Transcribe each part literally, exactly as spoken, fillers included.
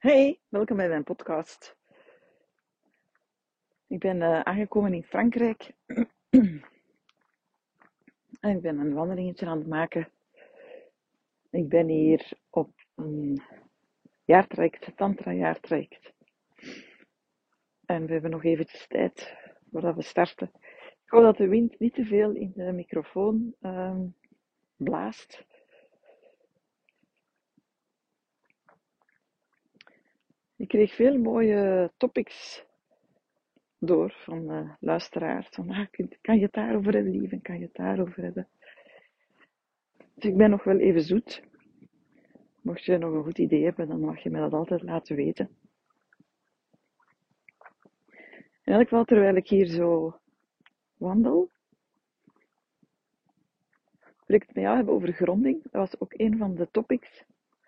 Hey, welkom bij mijn podcast. Ik ben uh, aangekomen in Frankrijk en ik ben een wandelingetje aan het maken. Ik ben hier op een jaartraject, tantra-jaartraject. En we hebben nog eventjes tijd voordat we starten. Ik hoop dat de wind niet te veel in de microfoon uh, blaast. Ik kreeg veel mooie topics door van uh, luisteraars. Van, ah, kan je het daarover hebben, lief, en kan je het daarover hebben? Dus ik ben nog wel even zoet. Mocht je nog een goed idee hebben, dan mag je mij dat altijd laten weten. In elk geval, terwijl ik hier zo wandel, wil ik het met jou hebben over gronding. Dat was ook een van de topics.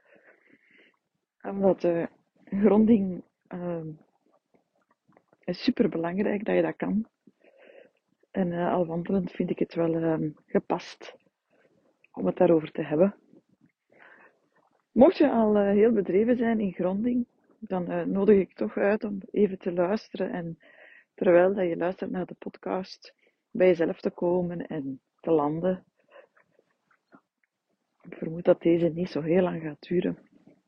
Omdat de gronding uh, is super belangrijk dat je dat kan. En uh, al wandelend vind ik het wel uh, gepast om het daarover te hebben. Mocht je al uh, heel bedreven zijn in gronding, dan uh, nodig ik toch uit om even te luisteren en terwijl dat je luistert naar de podcast, bij jezelf te komen en te landen. Ik vermoed dat deze niet zo heel lang gaat duren.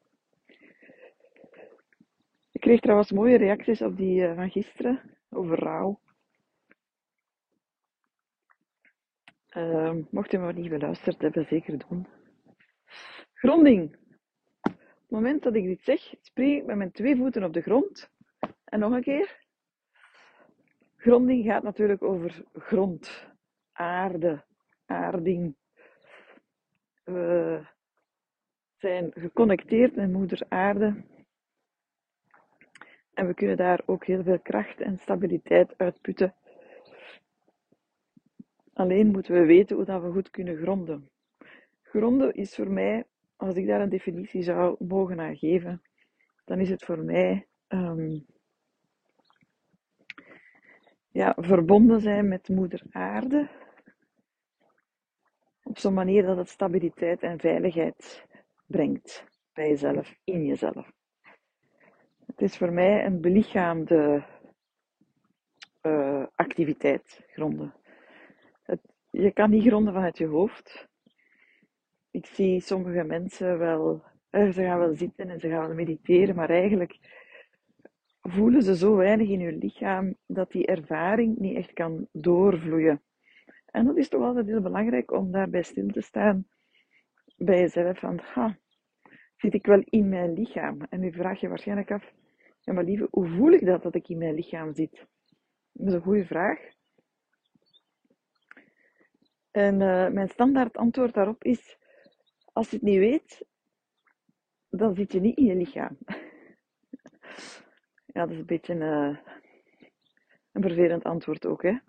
Ik kreeg trouwens mooie reacties op die uh, van gisteren, over rouw. Uh, mocht je maar niet beluisterd hebben, zeker doen. Gronding. Op het moment dat ik dit zeg, spring ik met mijn twee voeten op de grond. En nog een keer. Gronding gaat natuurlijk over grond, aarde, aarding. We zijn geconnecteerd met moeder aarde. En we kunnen daar ook heel veel kracht en stabiliteit uitputten. Alleen moeten we weten hoe dat we goed kunnen gronden. Gronden is voor mij, als ik daar een definitie zou mogen aan geven, dan is het voor mij um, ja, verbonden zijn met moeder aarde. Op zo'n manier dat het stabiliteit en veiligheid brengt bij jezelf, in jezelf. Het is voor mij een belichaamde uh, activiteit, gronden. Het, je kan niet gronden vanuit je hoofd. Ik zie sommige mensen wel, uh, ze gaan wel zitten en ze gaan wel mediteren, maar eigenlijk voelen ze zo weinig in hun lichaam dat die ervaring niet echt kan doorvloeien. En dat is toch altijd heel belangrijk om daarbij stil te staan bij jezelf van, ha, zit ik wel in mijn lichaam? En nu vraag je waarschijnlijk af, ja maar lieve, hoe voel ik dat dat ik in mijn lichaam zit? Dat is een goede vraag. En uh, mijn standaard antwoord daarop is, als je het niet weet, dan zit je niet in je lichaam. Ja, dat is een beetje uh, een vervelend antwoord ook, hè.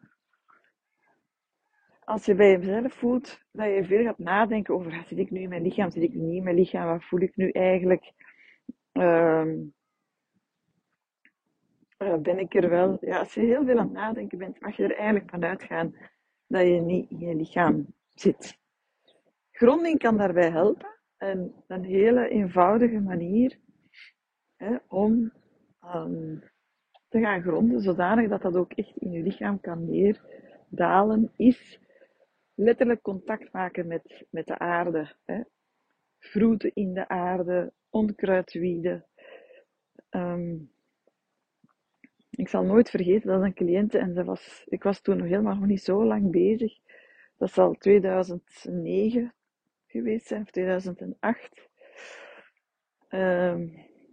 Als je bij jezelf voelt dat je veel gaat nadenken over, zit ik nu in mijn lichaam, zit ik nu niet in mijn lichaam, wat voel ik nu eigenlijk? Uh, uh, ben ik er wel? Ja, als je heel veel aan het nadenken bent, mag je er eigenlijk van uitgaan dat je niet in je lichaam zit. Gronding kan daarbij helpen. En een hele eenvoudige manier hè, om um, te gaan gronden, zodanig dat dat ook echt in je lichaam kan neerdalen, is letterlijk contact maken met, met de aarde. Hè. Vroeten in de aarde, onkruid wieden. Um, ik zal nooit vergeten dat een cliënte, en ze was, ik was toen nog helemaal nog niet zo lang bezig, dat zal tweeduizend negen geweest zijn, of tweeduizend acht. Um,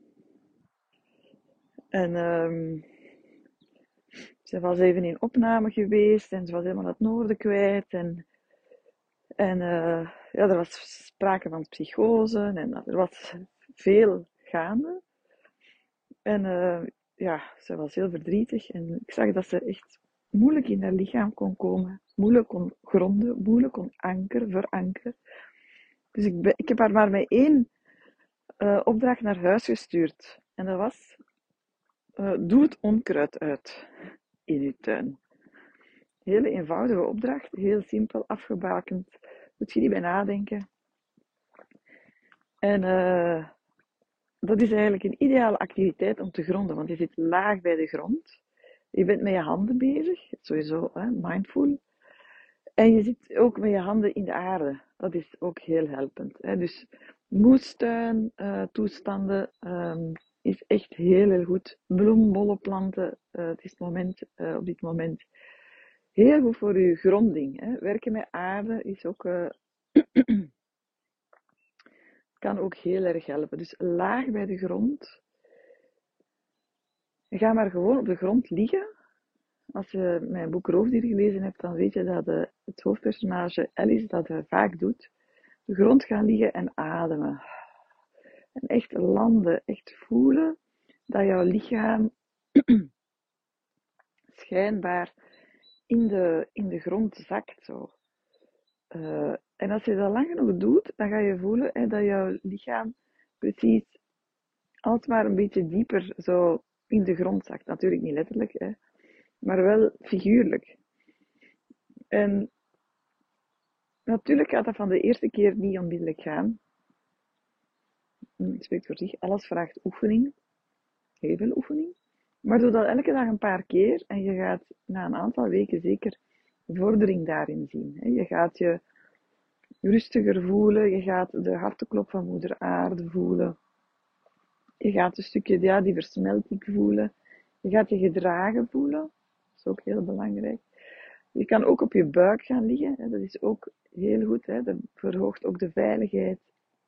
en um, ze was even in opname geweest en ze was helemaal het noorden kwijt. En, en uh, ja, er was sprake van psychose en er was veel gaande. En uh, ja, ze was heel verdrietig en ik zag dat ze echt moeilijk in haar lichaam kon komen. Moeilijk kon gronden, moeilijk kon ankeren, verankeren. Dus ik, ben, ik heb haar maar met één uh, opdracht naar huis gestuurd. En dat was, uh, doe het onkruid uit in uw tuin. Hele eenvoudige opdracht, heel simpel, afgebakend. Moet je niet bij nadenken. En uh, dat is eigenlijk een ideale activiteit om te gronden, want je zit laag bij de grond. Je bent met je handen bezig, sowieso hè, mindful. En je zit ook met je handen in de aarde. Dat is ook heel helpend. Hè. Dus moestuin, uh, toestanden um, is echt heel, heel goed. Bloembollenplanten, uh, het is het moment, uh, op dit moment heel goed voor je gronding. Hè. Werken met aarde is ook, uh, kan ook heel erg helpen. Dus laag bij de grond. Ga maar gewoon op de grond liggen. Als je mijn boek Roofdier gelezen hebt, dan weet je dat de, het hoofdpersonage Alice dat uh, vaak doet. Op de grond gaan liggen en ademen. En echt landen, echt voelen dat jouw lichaam schijnbaar in de, in de grond zakt. Zo. Uh, en als je dat lang genoeg doet, dan ga je voelen hè, dat jouw lichaam precies altijd maar een beetje dieper zo in de grond zakt. Natuurlijk niet letterlijk, hè, maar wel figuurlijk. En natuurlijk gaat dat van de eerste keer niet onmiddellijk gaan. Het spreekt voor zich, alles vraagt oefening. Heel veel oefening. Maar doe dat elke dag een paar keer en je gaat na een aantal weken zeker vordering daarin zien. Je gaat je rustiger voelen, je gaat de harteklop van moeder aarde voelen. Je gaat een stukje ja, die versmelting voelen. Je gaat je gedragen voelen. Dat is ook heel belangrijk. Je kan ook op je buik gaan liggen. Dat is ook heel goed. Dat verhoogt ook de veiligheid.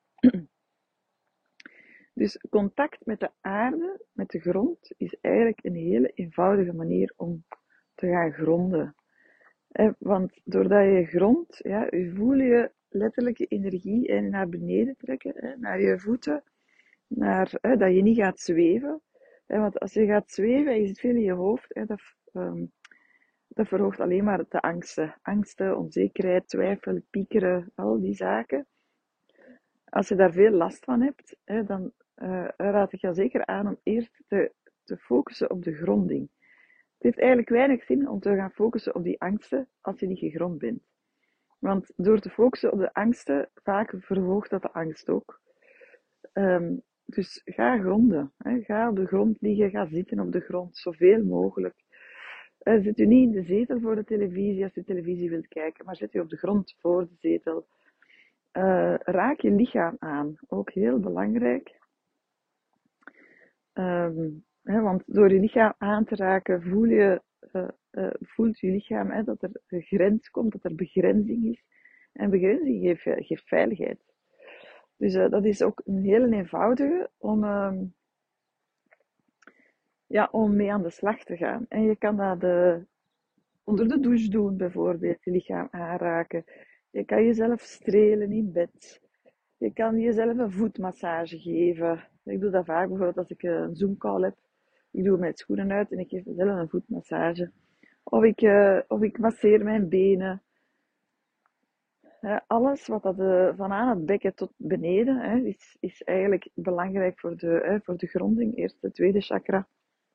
Dus contact met de aarde, met de grond, is eigenlijk een hele eenvoudige manier om te gaan gronden. Want doordat je grondt, ja, voel je letterlijk je energie naar beneden trekken, naar je voeten, naar, dat je niet gaat zweven. Want als je gaat zweven en je zit veel in je hoofd, dat, um, dat verhoogt alleen maar de angsten. Angsten, onzekerheid, twijfel, piekeren, al die zaken. Als je daar veel last van hebt, dan uh, raad ik je zeker aan om eerst te, te focussen op de gronding. Het heeft eigenlijk weinig zin om te gaan focussen op die angsten als je niet gegrond bent. Want door te focussen op de angsten, vaak verhoogt dat de angst ook. Um, dus ga gronden. Hè. Ga op de grond liggen, ga zitten op de grond, zoveel mogelijk. Uh, zet u niet in de zetel voor de televisie als je televisie wilt kijken, maar zet u op de grond voor de zetel. Uh, raak je lichaam aan, ook heel belangrijk. Um, hè, want door je lichaam aan te raken, voel je, uh, uh, voelt je lichaam hè, dat er een grens komt, dat er begrenzing is. En begrenzing geeft, geeft veiligheid. Dus uh, dat is ook een hele eenvoudige om, um, ja, om mee aan de slag te gaan. En je kan dat de, onder de douche doen, bijvoorbeeld, je lichaam aanraken. Je kan jezelf strelen in bed. Je kan jezelf een voetmassage geven. Ik doe dat vaak, bijvoorbeeld als ik een Zoom-call heb. Ik doe mijn schoenen uit en ik geef mezelf een voetmassage. Of ik, uh, of ik masseer mijn benen. Uh, alles wat dat, uh, van aan het bekken tot beneden hè, is, is eigenlijk belangrijk voor de, uh, voor de gronding. Eerst de tweede chakra.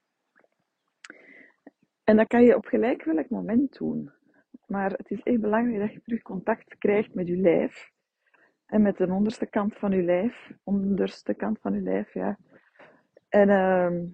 En dat kan je op gelijk welk moment doen. Maar het is echt belangrijk dat je terug contact krijgt met je lijf. En met de onderste kant van je lijf. Onderste kant van je lijf, ja. En uh,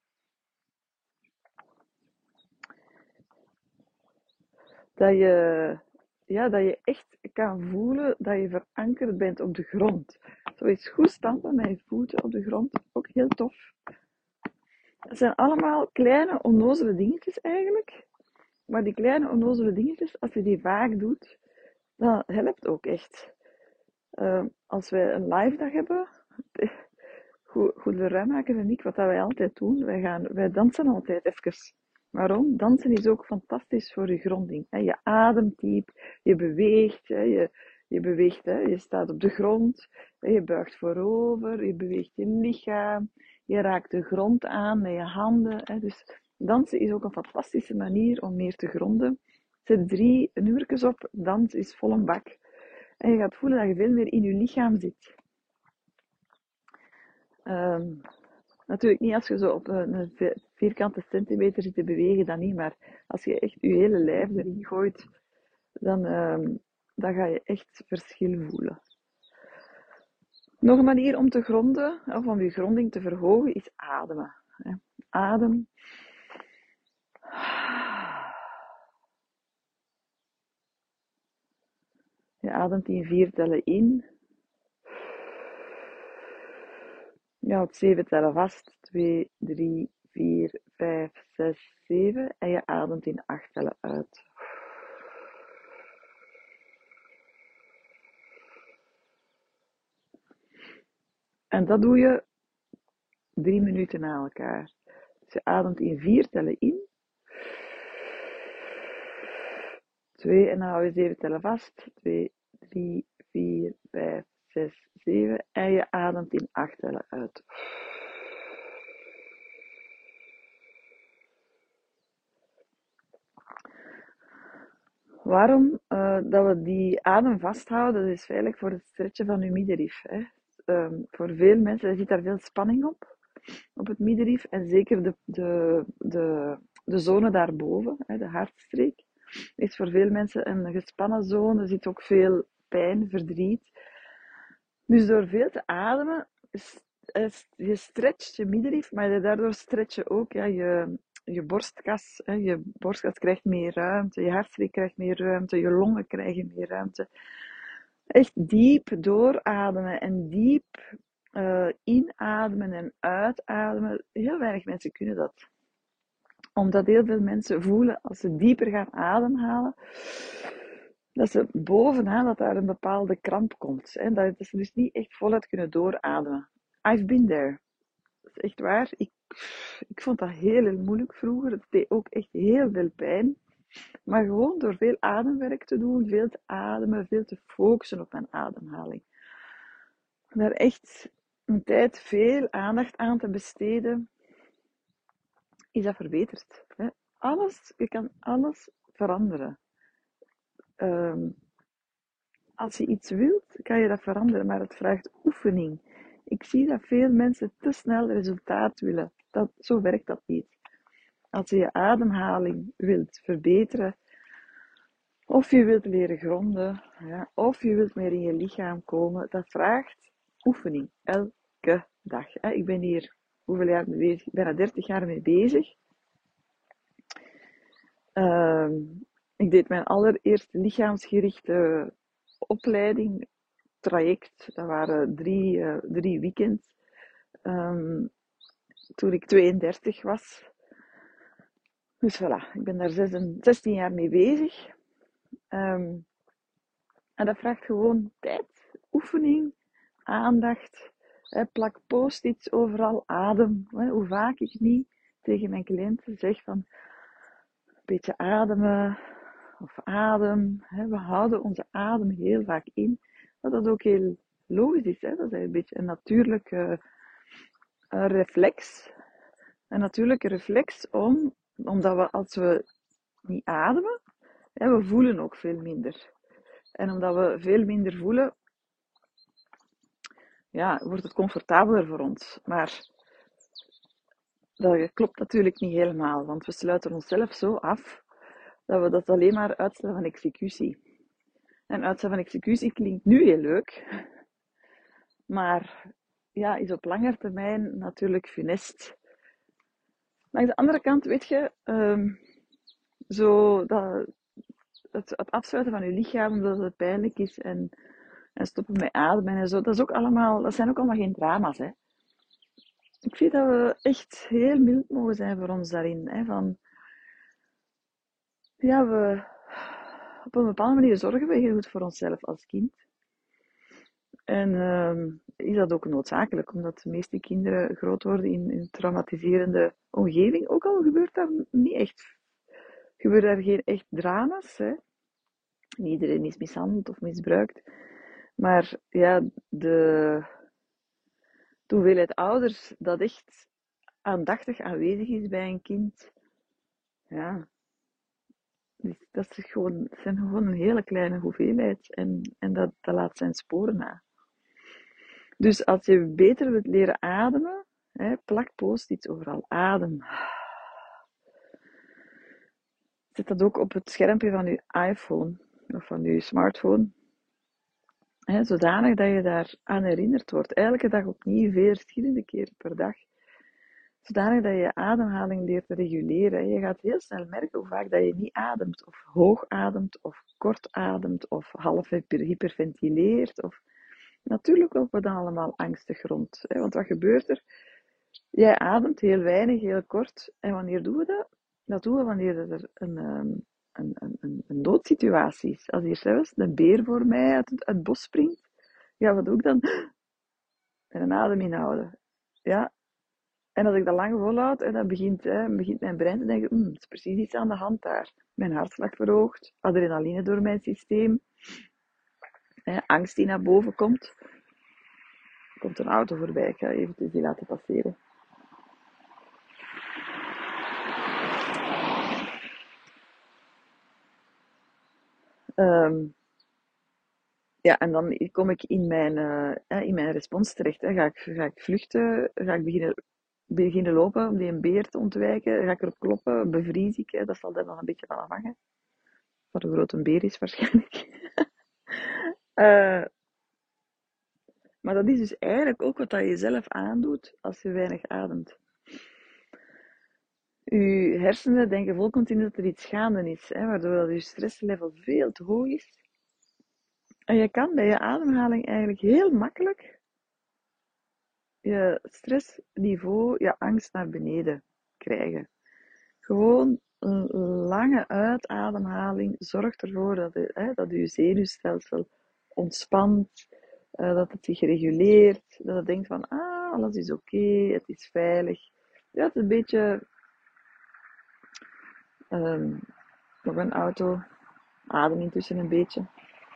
dat je, ja, dat je echt kan voelen dat je verankerd bent op de grond. Zo is goed stampen met je voeten op de grond. Ook heel tof. Het zijn allemaal kleine onnozele dingetjes eigenlijk. Maar die kleine onnozele dingetjes, als je die vaak doet, dan helpt ook echt. Uh, als wij een live dag hebben, goed, de ruimmaker en ik, wat dat wij altijd doen, wij, gaan, wij dansen altijd even. Waarom? Dansen is ook fantastisch voor je gronding. Je ademt diep, je beweegt, je, je beweegt, je staat op de grond, je buigt voorover, je beweegt je lichaam, je raakt de grond aan met je handen. Dus dansen is ook een fantastische manier om meer te gronden. Zet drie nummertjes op, dans is vol een bak. En je gaat voelen dat je veel meer in je lichaam zit. Um, natuurlijk niet als je zo op een vierkante centimeter zit te bewegen, dan niet. Maar als je echt je hele lijf erin gooit, dan, um, dan ga je echt verschil voelen. Nog een manier om te gronden, of om je gronding te verhogen, is ademen. Adem. Je ademt in vier tellen in. Je houdt zeven tellen vast. twee, drie, vier, vijf, zes, zeven. En je ademt in acht tellen uit. En dat doe je drie minuten na elkaar. Dus je ademt in vier tellen in. twee en dan hou je zeven tellen vast. twee, drie, vier, vijf, zes, zeven. En je ademt in acht tellen uit. Waarom uh, dat we die adem vasthouden, dat is veilig voor het stretchen van je middenrif. Hè. Um, voor veel mensen er zit daar veel spanning op, op het middenrif. En zeker de, de, de, de zone daarboven, hè, de hartstreek, is voor veel mensen een gespannen zone. Er zit ook veel pijn, verdriet. Dus door veel te ademen, je stretcht je middenrif, maar daardoor stretch je ook ja, je, je borstkas. Hè. Je borstkas krijgt meer ruimte, je hartstreek krijgt meer ruimte, je longen krijgen meer ruimte. Echt diep doorademen en diep uh, inademen en uitademen. Heel weinig mensen kunnen dat. Omdat heel veel mensen voelen, als ze dieper gaan ademhalen, dat ze bovenaan, dat daar een bepaalde kramp komt. Hè. Dat ze dus niet echt voluit kunnen doorademen. I've been there. Dat is echt waar. Ik, ik vond dat heel, heel moeilijk vroeger. Het deed ook echt heel veel pijn. Maar gewoon door veel ademwerk te doen, veel te ademen, veel te focussen op mijn ademhaling. Daar echt een tijd veel aandacht aan te besteden, is dat verbeterd. Hè? Alles, je kan alles veranderen. Um, als je iets wilt, kan je dat veranderen, maar het vraagt oefening. Ik zie dat veel mensen te snel resultaat willen. Dat, zo werkt dat niet. Als je je ademhaling wilt verbeteren, of je wilt leren gronden, ja, of je wilt meer in je lichaam komen, dat vraagt oefening. Elke dag. Hè. Ik ben hier hoeveel jaar mee bezig? Bijna dertig jaar mee bezig. Uh, ik deed mijn allereerste lichaamsgerichte opleiding, traject. Dat waren drie, uh, drie weekends. Um, toen ik tweeëndertig was. Dus voilà, ik ben daar zestien jaar mee bezig. Um, en dat vraagt gewoon tijd, oefening, aandacht. Hè, plak post-its overal, adem. Hè, hoe vaak ik niet tegen mijn cliënten zeg van een beetje ademen of adem. Hè, we houden onze adem heel vaak in. Wat dat ook heel logisch is. Hè, dat is een beetje een natuurlijke uh, reflex. Een natuurlijke reflex om, omdat we als we niet ademen, hè, we voelen ook veel minder. En omdat we veel minder voelen, ja, wordt het comfortabeler voor ons. Maar dat klopt natuurlijk niet helemaal, want we sluiten onszelf zo af dat we dat alleen maar uitstel van executie. En uitstel van executie klinkt nu heel leuk, maar ja, is op lange termijn natuurlijk funest. Maar aan de andere kant, weet je, um, zo dat, het, het afsluiten van je lichaam omdat het pijnlijk is en, en stoppen met ademen en zo, dat, is ook allemaal, dat zijn ook allemaal geen drama's, hè. Ik vind dat we echt heel mild mogen zijn voor ons daarin. Hè, van, ja, we, op een bepaalde manier zorgen we heel goed voor onszelf als kind. En uh, is dat ook noodzakelijk, omdat de meeste kinderen groot worden in een traumatiserende omgeving. Ook al gebeurt daar niet echt, gebeuren daar geen echt drama's. Hè. Niet iedereen is mishandeld of misbruikt. Maar ja, de, de hoeveelheid ouders dat echt aandachtig aanwezig is bij een kind, ja, dat, is gewoon, dat zijn gewoon een hele kleine hoeveelheid en, en dat, dat laat zijn sporen na. Dus als je beter wilt leren ademen, hè, plak post-its overal. Adem. Zet dat ook op het schermpje van je iPhone of van je smartphone. Hè, zodanig dat je daar aan herinnerd wordt. Elke dag opnieuw, veel verschillende keren per dag. Zodanig dat je je ademhaling leert te reguleren. Je gaat heel snel merken hoe vaak dat je niet ademt, of hoog ademt, of kort ademt, of half hyperventileert. Of... Natuurlijk lopen we dan allemaal angstig rond. Hè? Want wat gebeurt er? Jij ademt heel weinig, heel kort. En wanneer doen we dat? Dat doen we wanneer er een, een, een, een, een noodsituatie is. Als hier zelfs een beer voor mij uit het, uit het bos springt, ja, wat doe ik dan? En een adem inhouden. Ja, en als ik dat lang volhoud, en dan begint, hè, begint mijn brein te denken, hm, er is precies iets aan de hand daar. Mijn hartslag verhoogt, adrenaline door mijn systeem, hè, angst die naar boven komt. Er komt een auto voorbij, ik ga even die laten passeren. Um, ja, en dan kom ik in mijn, uh, in mijn respons terecht. Hè. Ga, ik, ga ik vluchten, ga ik beginnen, beginnen lopen om die een beer te ontwijken, ga ik erop kloppen, bevries ik, hè. Dat zal er nog een beetje van afhangen. Wat een grote beer is waarschijnlijk. uh, Maar dat is dus eigenlijk ook wat je zelf aandoet als je weinig ademt. Je hersenen denken vol continu dat er iets gaande is, hè, waardoor dat je stresslevel veel te hoog is. En je kan bij je ademhaling eigenlijk heel makkelijk je stressniveau, je angst naar beneden krijgen. Gewoon een lange uitademhaling zorgt ervoor dat, je, hè, dat je zenuwstelsel ontspant, uh, dat het zich reguleert, dat het denkt van, ah, alles is oké, okay, het is veilig. Ja, het is een beetje, um, nog een auto, adem intussen een beetje.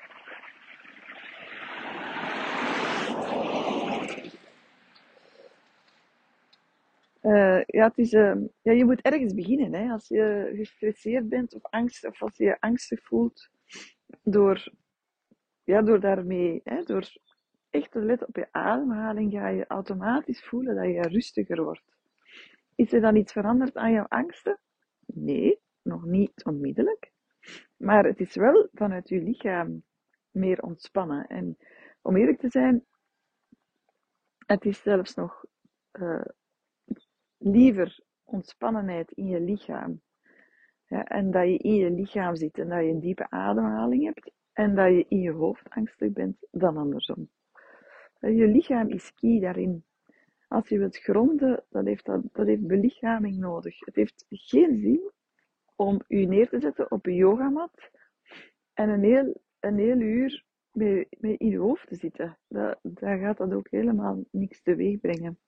Uh, ja, het is, uh, ja, je moet ergens beginnen. Hè. Als je gestresseerd bent of, angst, of als je je angstig voelt, door, ja, door daarmee, hè, door echt te letten op je ademhaling, ga je automatisch voelen dat je rustiger wordt. Is er dan iets veranderd aan jouw angsten? Nee, nog niet onmiddellijk. Maar het is wel vanuit je lichaam meer ontspannen. En om eerlijk te zijn, het is zelfs nog uh, liever ontspannenheid in je lichaam. Ja, en dat je in je lichaam zit en dat je een diepe ademhaling hebt en dat je in je hoofd angstig bent dan andersom. Je lichaam is key daarin. Als je wilt gronden, dat heeft, dat, dat heeft belichaming nodig. Het heeft geen zin om je neer te zetten op een yogamat en een heel, een heel uur met, met in je hoofd te zitten. Dat, daar gaat dat ook helemaal niks teweeg brengen.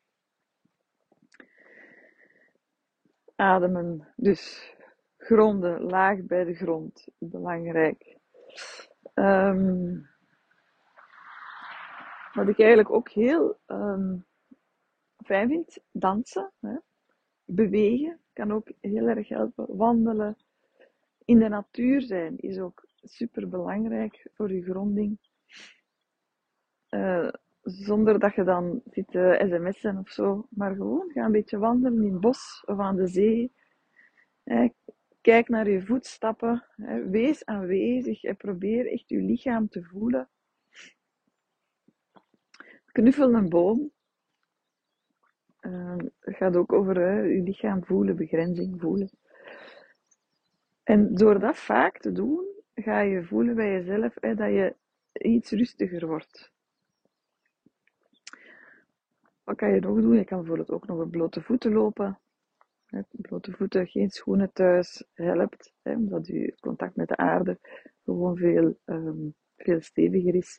Ademen, dus gronden, laag bij de grond, belangrijk. Um, wat ik eigenlijk ook heel um, fijn vind, dansen, hè. Bewegen kan ook heel erg helpen. Wandelen, in de natuur zijn is ook super belangrijk voor je gronding. Uh, zonder dat je dan zit te sms'en of zo, maar gewoon ga een beetje wandelen in het bos of aan de zee. Hè. Kijk naar je voetstappen, hè. Wees aanwezig en probeer echt je lichaam te voelen. Knuffel een boom. Uh, het gaat ook over hè, je lichaam voelen, begrenzing voelen. En door dat vaak te doen, ga je voelen bij jezelf hè, dat je iets rustiger wordt. Wat kan je nog doen? Je kan bijvoorbeeld ook nog op blote voeten lopen. Blote voeten, geen schoenen thuis, helpt. Hè, omdat je contact met de aarde gewoon veel, um, veel steviger is.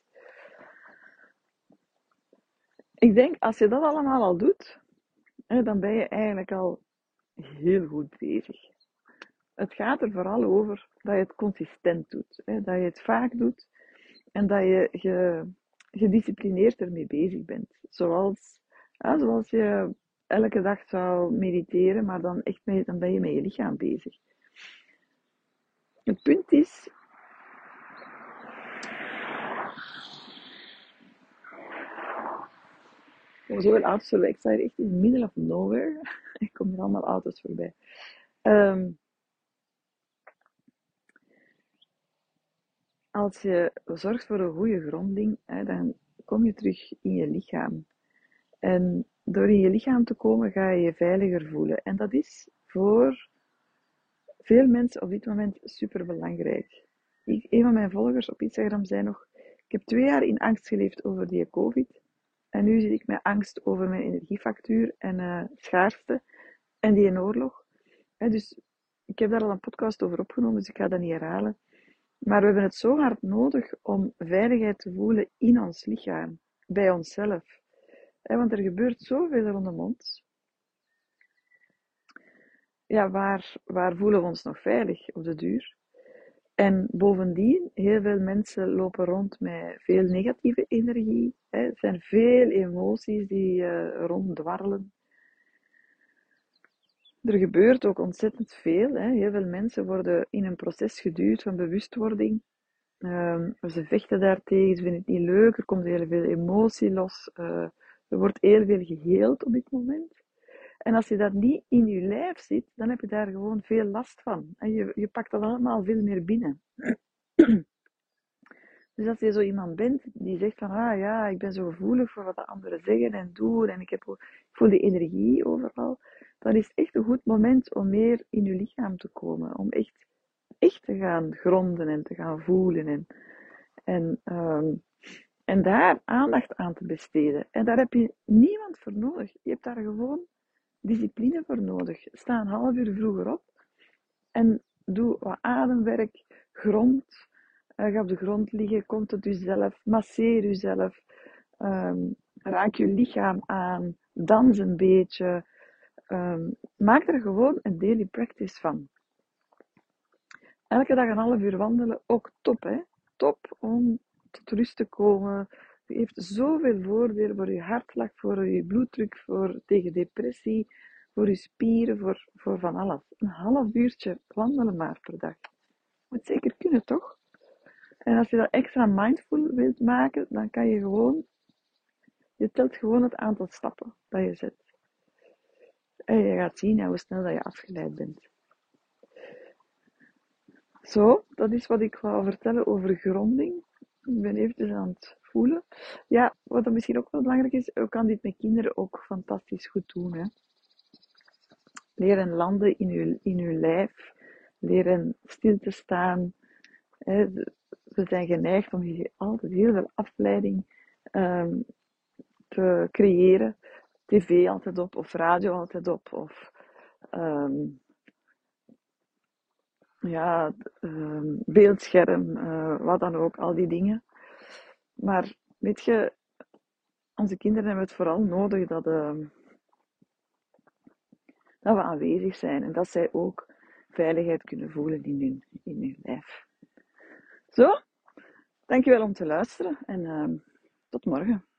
Ik denk, als je dat allemaal al doet, hè, dan ben je eigenlijk al heel goed bezig. Het gaat er vooral over dat je het consistent doet. Hè, dat je het vaak doet en dat je ge, gedisciplineerd ermee bezig bent. Zoals, ja, zoals je elke dag zou mediteren, maar dan, echt mee, dan ben je met je lichaam bezig. Het punt is... Er komen zoveel auto's voorbij. Ik sta hier echt in the middle of nowhere. Er komen hier allemaal auto's voorbij. Um, als je zorgt voor een goede gronding, hè, dan kom je terug in je lichaam. En door in je lichaam te komen, ga je je veiliger voelen. En dat is voor veel mensen op dit moment super belangrijk. Ik, een van mijn volgers op Instagram zei nog: ik heb twee jaar in angst geleefd over die COVID. En nu zit ik met angst over mijn energiefactuur en uh, schaarste en die in oorlog. He, dus ik heb daar al een podcast over opgenomen, dus ik ga dat niet herhalen. Maar we hebben het zo hard nodig om veiligheid te voelen in ons lichaam, bij onszelf. He, want er gebeurt zoveel rondom ons. Ja, waar, waar voelen we ons nog veilig op de duur? En bovendien, heel veel mensen lopen rond met veel negatieve energie. Hè. Er zijn veel emoties die uh, ronddwarrelen. Er gebeurt ook ontzettend veel. Hè. Heel veel mensen worden in een proces geduwd van bewustwording. Um, ze vechten daartegen, ze vinden het niet leuk, er komt heel veel emotie los. Uh, er wordt heel veel geheeld op dit moment. En als je dat niet in je lijf zit, dan heb je daar gewoon veel last van. En je, je pakt dat allemaal veel meer binnen. Dus als je zo iemand bent die zegt van, ah ja, ik ben zo gevoelig voor wat de anderen zeggen en doen en ik, heb, ik voel die energie overal, dan is het echt een goed moment om meer in je lichaam te komen. Om echt, echt te gaan gronden en te gaan voelen en, en, um, en daar aandacht aan te besteden. En daar heb je niemand voor nodig. Je hebt daar gewoon discipline voor nodig. Sta een half uur vroeger op en doe wat ademwerk, grond. Uh, ga op de grond liggen, kom tot jezelf, masseer jezelf, um, raak je lichaam aan, dans een beetje. Um, maak er gewoon een daily practice van. Elke dag een half uur wandelen, ook top, hè? Top om tot rust te komen. Het heeft zoveel voordelen voor je hartslag, voor je bloeddruk, voor, tegen depressie, voor je spieren, voor, voor van alles. Een half uurtje wandelen maar per dag. Moet zeker kunnen, toch? En als je dat extra mindful wilt maken, dan kan je gewoon, je telt gewoon het aantal stappen dat je zet. En je gaat zien hoe snel dat je afgeleid bent. Zo, dat is wat ik wou vertellen over gronding. Ik ben eventjes aan het voelen. Ja, wat dan misschien ook wel belangrijk is, je kan dit met kinderen ook fantastisch goed doen. Hè? Leren landen in je, in je lijf, leren stil te staan. Hè? We zijn geneigd om hier altijd heel veel afleiding um, te creëren. Tv altijd op, of radio altijd op, of um, ja, um, beeldscherm, uh, wat dan ook, al die dingen. Maar weet je, onze kinderen hebben het vooral nodig dat, uh, dat we aanwezig zijn en dat zij ook veiligheid kunnen voelen in hun, in hun lijf. Zo, dankjewel om te luisteren en uh, tot morgen.